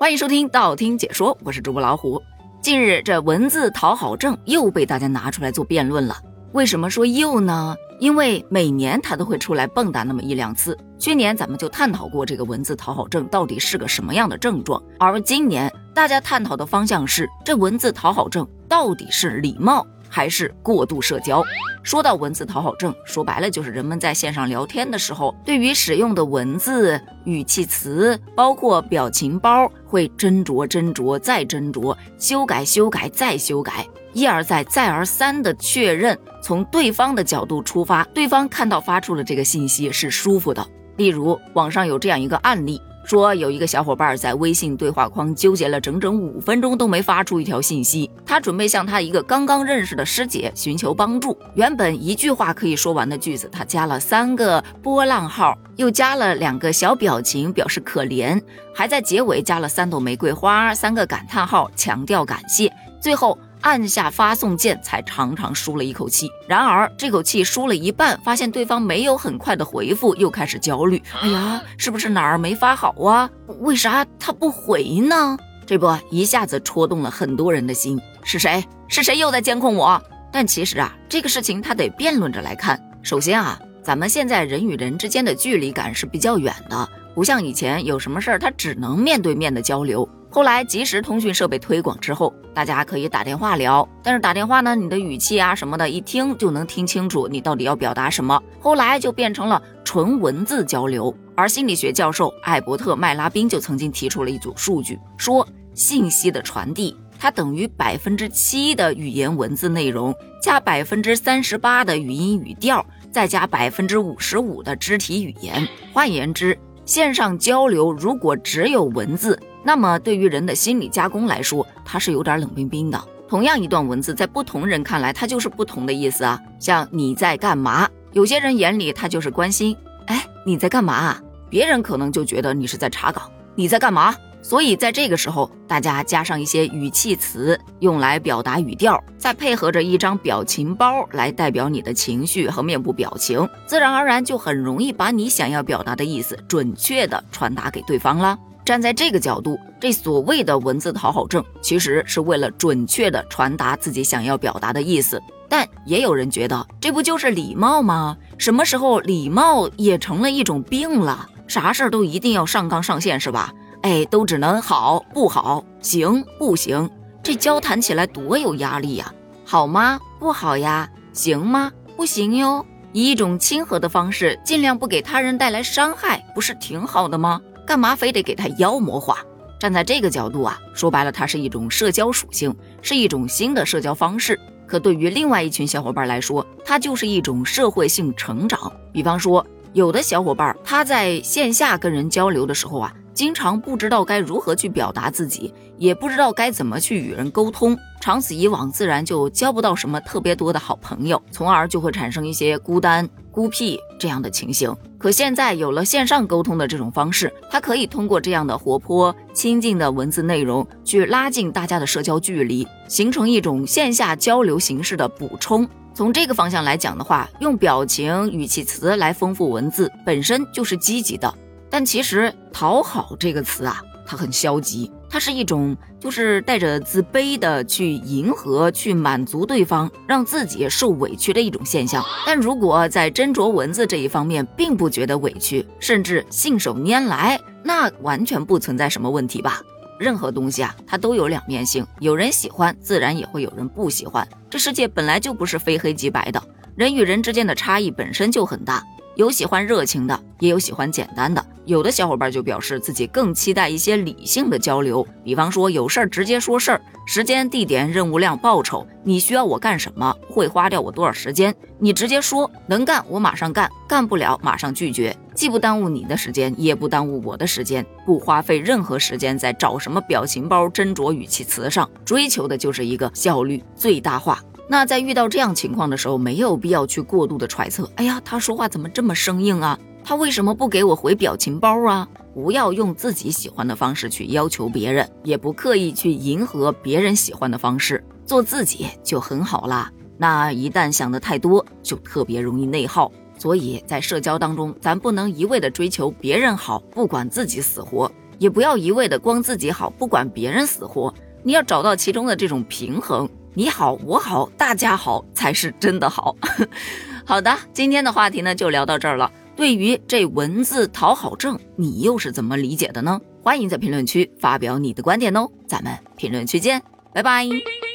欢迎收听道听解说，我是主播老虎。近日这文字讨好症又被大家拿出来做辩论了。为什么说又呢？因为每年它都会出来蹦跶那么一两次。去年咱们就探讨过这个文字讨好症到底是个什么样的症状，而今年大家探讨的方向是这文字讨好症到底是礼貌还是过度社交。说到文字讨好症，说白了就是人们在线上聊天的时候，对于使用的文字、语气词，包括表情包，会斟酌再斟酌，修改再修改，一而再再而三的确认，从对方的角度出发，对方看到发出的这个信息是舒服的。例如网上有这样一个案例，说有一个小伙伴在微信对话框纠结了整整5分钟都没发出一条信息，他准备向他一个刚刚认识的师姐寻求帮助。原本一句话可以说完的句子，他加了3个波浪号，又加了2个小表情表示可怜，还在结尾加了3朵玫瑰花、3个感叹号，强调感谢。最后按下发送键才长长舒了一口气。然而这口气舒了一半，发现对方没有很快的回复，又开始焦虑，哎呀，是不是哪儿没发好啊？为啥他不回呢？这不一下子戳动了很多人的心，是谁又在监控我？但其实这个事情他得辩论着来看。首先咱们现在人与人之间的距离感是比较远的，不像以前有什么事儿他只能面对面的交流。后来即时通讯设备推广之后，大家可以打电话聊，但是打电话呢，你的语气什么的一听就能听清楚你到底要表达什么。后来就变成了纯文字交流。而心理学教授艾伯特·麦拉宾就曾经提出了一组数据，说信息的传递它等于 7% 的语言文字内容加 38% 的语音语调，再加 55% 的肢体语言。换言之，线上交流如果只有文字，那么对于人的心理加工来说，它是有点冷冰冰的。同样一段文字在不同人看来它就是不同的意思像你在干嘛，有些人眼里它就是关心，你在干嘛别人可能就觉得你是在查岗，你在干嘛。所以在这个时候，大家加上一些语气词用来表达语调，再配合着一张表情包来代表你的情绪和面部表情，自然而然就很容易把你想要表达的意思准确地传达给对方了。站在这个角度，这所谓的文字讨好症其实是为了准确地传达自己想要表达的意思。但也有人觉得这不就是礼貌吗？什么时候礼貌也成了一种病了？啥事儿都一定要上纲上线是吧？都只能好不好，行不行，这交谈起来多有压力呀！好吗？不好呀？行吗？不行哟。以一种亲和的方式，尽量不给他人带来伤害，不是挺好的吗？干嘛非得给他妖魔化？站在这个角度说白了，它是一种社交属性，是一种新的社交方式。可对于另外一群小伙伴来说，它就是一种社会性成长。比方说，有的小伙伴他在线下跟人交流的时候经常不知道该如何去表达自己，也不知道该怎么去与人沟通，长此以往自然就交不到什么特别多的好朋友，从而就会产生一些孤单孤僻这样的情形。可现在有了线上沟通的这种方式，它可以通过这样的活泼亲近的文字内容去拉近大家的社交距离，形成一种线下交流形式的补充。从这个方向来讲的话，用表情语气词来丰富文字本身就是积极的。但其实讨好这个词它很消极，它是一种就是带着自卑的去迎合去满足对方，让自己受委屈的一种现象。但如果在斟酌文字这一方面并不觉得委屈，甚至信手拈来，那完全不存在什么问题吧。任何东西它都有两面性，有人喜欢自然也会有人不喜欢，这世界本来就不是非黑即白的，人与人之间的差异本身就很大，有喜欢热情的，也有喜欢简单的。有的小伙伴就表示自己更期待一些理性的交流，比方说有事儿直接说事儿，时间地点任务量报酬，你需要我干什么，会花掉我多少时间，你直接说，能干我马上干，干不了马上拒绝，既不耽误你的时间，也不耽误我的时间，不花费任何时间在找什么表情包斟酌语气词上，追求的就是一个效率最大化。那在遇到这样情况的时候，没有必要去过度的揣测，他说话怎么这么生硬他为什么不给我回表情包不要用自己喜欢的方式去要求别人，也不刻意去迎合别人喜欢的方式，做自己就很好啦。那一旦想得太多，就特别容易内耗。所以在社交当中，咱不能一味的追求别人好，不管自己死活， 也不要一味的光自己好，不管别人死活，你要找到其中的这种平衡，你好我好大家好才是真的好。好的，今天的话题呢就聊到这儿了。对于这文字讨好症，你又是怎么理解的呢？欢迎在评论区发表你的观点哦，咱们评论区见，拜拜。